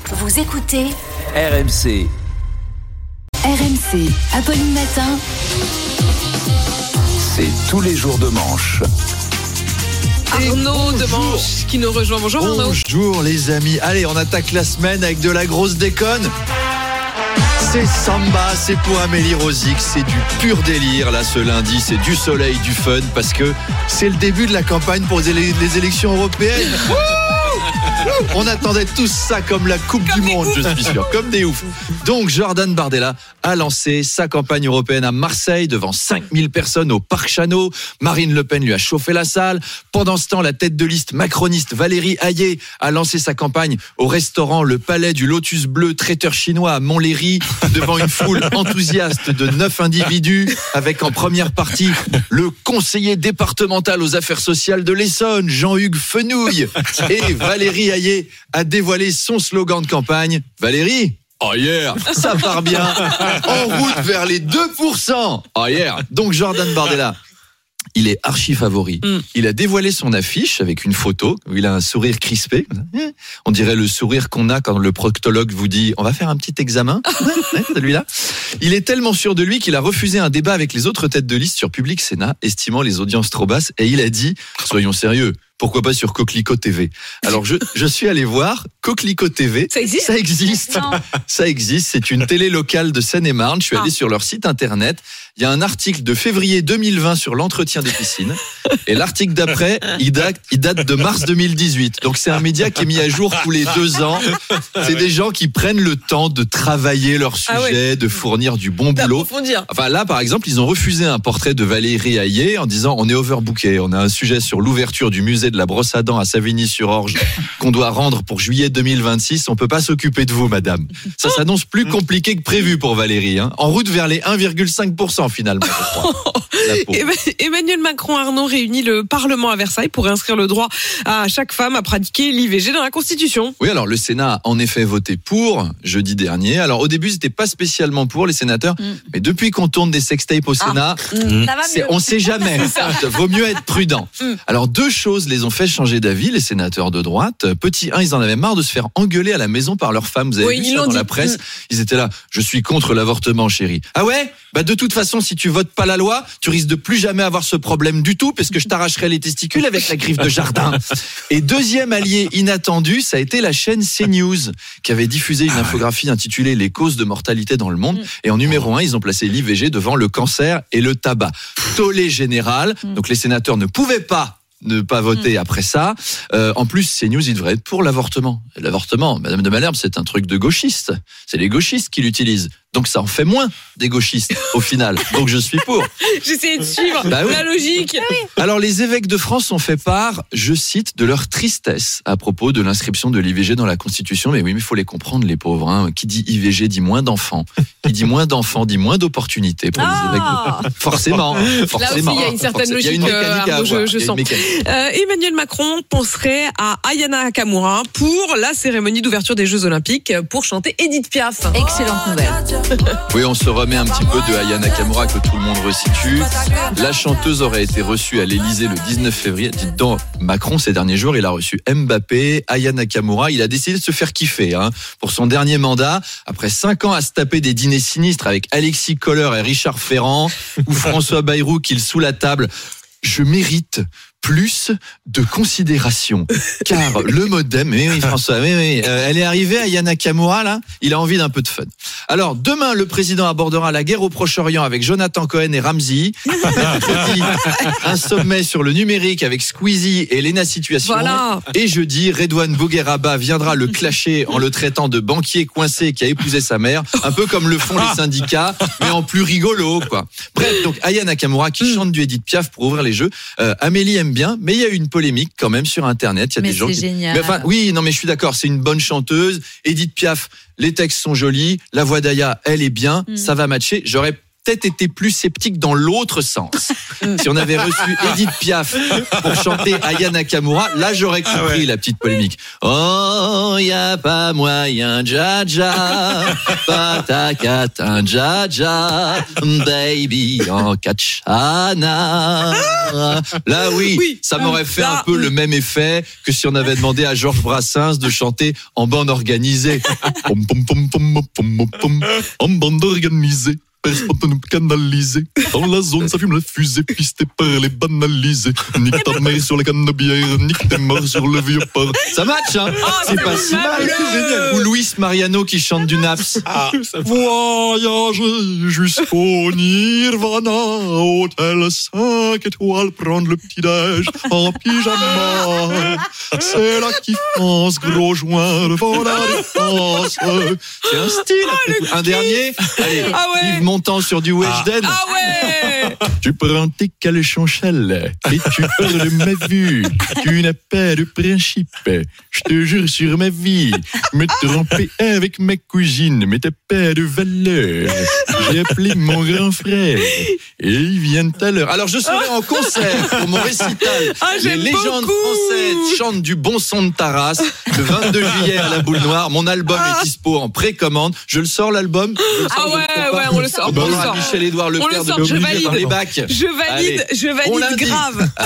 Vous écoutez RMC. RMC, Apolline Matin. C'est tous les jours de manche. Arnaud de Manche qui nous rejoint. Bonjour Arnaud. Bonjour les amis. Allez, on attaque la semaine avec de la grosse déconne. C'est Samba, c'est pour Amélie Rosic, c'est du pur délire là ce lundi, c'est du soleil, du fun parce que c'est le début de la campagne pour les élections européennes. On attendait tous ça comme la Coupe du Monde, je suis sûr, comme des oufs. Donc Jordan Bardella a lancé sa campagne européenne à Marseille devant 5000 personnes au Parc Chano. Marine Le Pen lui a chauffé la salle. Pendant ce temps, la tête de liste macroniste Valérie Hayé a lancé sa campagne au restaurant Le Palais du Lotus Bleu, traiteur chinois à Montlhéry, devant une foule enthousiaste de 9 individus, avec en première partie le conseiller départemental aux affaires sociales de l'Essonne, Jean-Hugues Fenouille. Et Valérie Hayé a dévoilé son slogan de campagne. Valérie, oh yeah, ça part bien. En route vers les 2%. Oh yeah. Donc Jordan Bardella, il est archi favori. Il a dévoilé son affiche avec une photo où il a un sourire crispé. On dirait le sourire qu'on a quand le proctologue vous dit « On va faire un petit examen ». Celui-là. Il est tellement sûr de lui qu'il a refusé un débat avec les autres têtes de liste sur Public Sénat, estimant les audiences trop basses. Et il a dit « Soyons sérieux ». Pourquoi pas sur Coquelicot TV? Alors je suis allé voir Coquelicot TV. Ça existe? Ça existe. Ça existe. C'est une télé locale de Seine-et-Marne. Je suis allé sur leur site internet. Il y a un article de février 2020 sur l'entretien des piscines. Et l'article d'après, il date de mars 2018. Donc c'est un média qui est mis à jour tous les 2 ans. C'est des gens qui prennent le temps de travailler leur sujet, de fournir du bon boulot. Enfin là, par exemple, ils ont refusé un portrait de Valérie Hayé en disant on est overbooké. On a un sujet sur l'ouverture du musée de la brosse à dents à Savigny-sur-Orge qu'on doit rendre pour juillet 2026. On peut pas s'occuper de vous, madame. Ça s'annonce plus compliqué que prévu pour Valérie. En route vers les 1,5% finalement, je crois. Emmanuel Macron, Arnaud, réunit le Parlement à Versailles pour inscrire le droit à chaque femme à pratiquer l'IVG dans la Constitution. Oui, alors le Sénat a en effet voté pour jeudi dernier. Alors au début, c'était pas spécialement pour les sénateurs, mais depuis qu'on tourne des sextapes au Sénat, on sait jamais. Vaut mieux être prudent. Alors 2 choses les ont fait changer d'avis, les sénateurs de droite. Petit 1, ils en avaient marre de se faire engueuler à la maison par leur femme. Vous avez vu ça dans la presse? Ils étaient là, je suis contre l'avortement, chérie. Ah ouais? Bah de toute façon, si tu votes pas la loi, tu risques de plus jamais avoir ce problème du tout, parce que je t'arracherai les testicules avec la griffe de jardin. Et deuxième allié inattendu, ça a été la chaîne CNews, qui avait diffusé une infographie intitulée Les causes de mortalité dans le monde. Et en numéro 1, ils ont placé l'IVG devant le cancer et le tabac. Tollé général. Donc les sénateurs ne pouvaient pas ne pas voter après ça. En plus, CNews, il devrait être pour l'avortement. L'avortement, Madame de Malherbe, c'est un truc de gauchiste. C'est les gauchistes qui l'utilisent. Donc ça en fait moins des gauchistes au final. Donc je suis pour. J'essayais de suivre la logique. Alors les évêques de France ont fait part, je cite, de leur tristesse à propos de l'inscription de l'IVG dans la Constitution. Mais oui, mais il faut les comprendre, les pauvres. Qui dit IVG dit moins d'enfants. Qui dit moins d'enfants dit moins d'opportunités pour les évêques de France. Forcément. Là aussi, il y a une certaine logique. Il y a une je sens. Emmanuel Macron penserait à Ayana Nakamura pour la cérémonie d'ouverture des Jeux Olympiques pour chanter Edith Piaf. Excellente nouvelle. Oui, on se remet un petit peu de Ayana Nakamura que tout le monde resitue. La chanteuse aurait été reçue à l'Elysée le 19 février. Dites donc, Macron, ces derniers jours, il a reçu Mbappé, Ayana Nakamura. Il a décidé de se faire kiffer pour son dernier mandat. Après 5 ans à se taper des dîners sinistres avec Alexis Kohler et Richard Ferrand ou François Bayrou qui le sous la table. Je mérite plus de considération. Car le modem, oui François, elle est arrivée à Ayana Nakamura là, il a envie d'un peu de fun. Alors demain, le président abordera la guerre au Proche-Orient avec Jonathan Cohen et Ramzi. Mercredi, un sommet sur le numérique avec Squeezie et Lena Situation. Voilà. Et jeudi, Redouane Bougueraba viendra le clasher en le traitant de banquier coincé qui a épousé sa mère, un peu comme le font les syndicats, mais en plus rigolo quoi. Bref, donc Ayana Nakamura qui chante du Edith Piaf pour ouvrir les Jeux. Amélie aime bien, mais il y a eu une polémique quand même sur Internet. Il y a des gens qui... génial. Oui, non, mais je suis d'accord, c'est une bonne chanteuse. Edith Piaf, les textes sont jolis. La voix d'Aya, elle est bien. Ça va matcher. J'aurais peut-être été plus sceptique dans l'autre sens. Si on avait reçu Edith Piaf pour chanter Aya Nakamura, là j'aurais compris la petite polémique. Oh, y a pas moyen, Jaja, patakatin, Jaja, baby en Kachana. Là oui, ça m'aurait fait un peu le même effet que si on avait demandé à Georges Brassens de chanter en bande organisée. Pom pom pom pom pom pom, en bande organisée. Spontanément canalisé. Dans la zone, ça fume la fusée, pisté par les banalisés. Nique ta mère sur la canne de bière, nique tes morts sur le vieux port. Ça match, hein? C'est pas si mal. Ou Luis Mariano qui chante du Naps. Voyager jusqu'au Nirvana, hôtel 5 étoiles, prendre le petit-déj en pyjama. C'est la kiffance, gros joint devant la défense. C'est un style. Un dernier. Allez, Yves Montand sur du Weshden. Ah ouais. Tu prends tes caléchons chalet et tu parles de ma vue. Tu n'as pas de principe. Je te jure sur ma vie. Me tromper avec ma cousine, mais t'as pas de valeur. J'ai appelé mon grand frère et il vient tout à l'heure. Alors je serai en concert pour mon récital. Les légendes françaises chantent du bon son de ta race. Le 22 juillet à la Boule Noire. Mon album est dispo en précommande. Je le sors l'album. On le sort. Michel-Édouard Leclerc de je valide. dans les bacs. Je valide grave.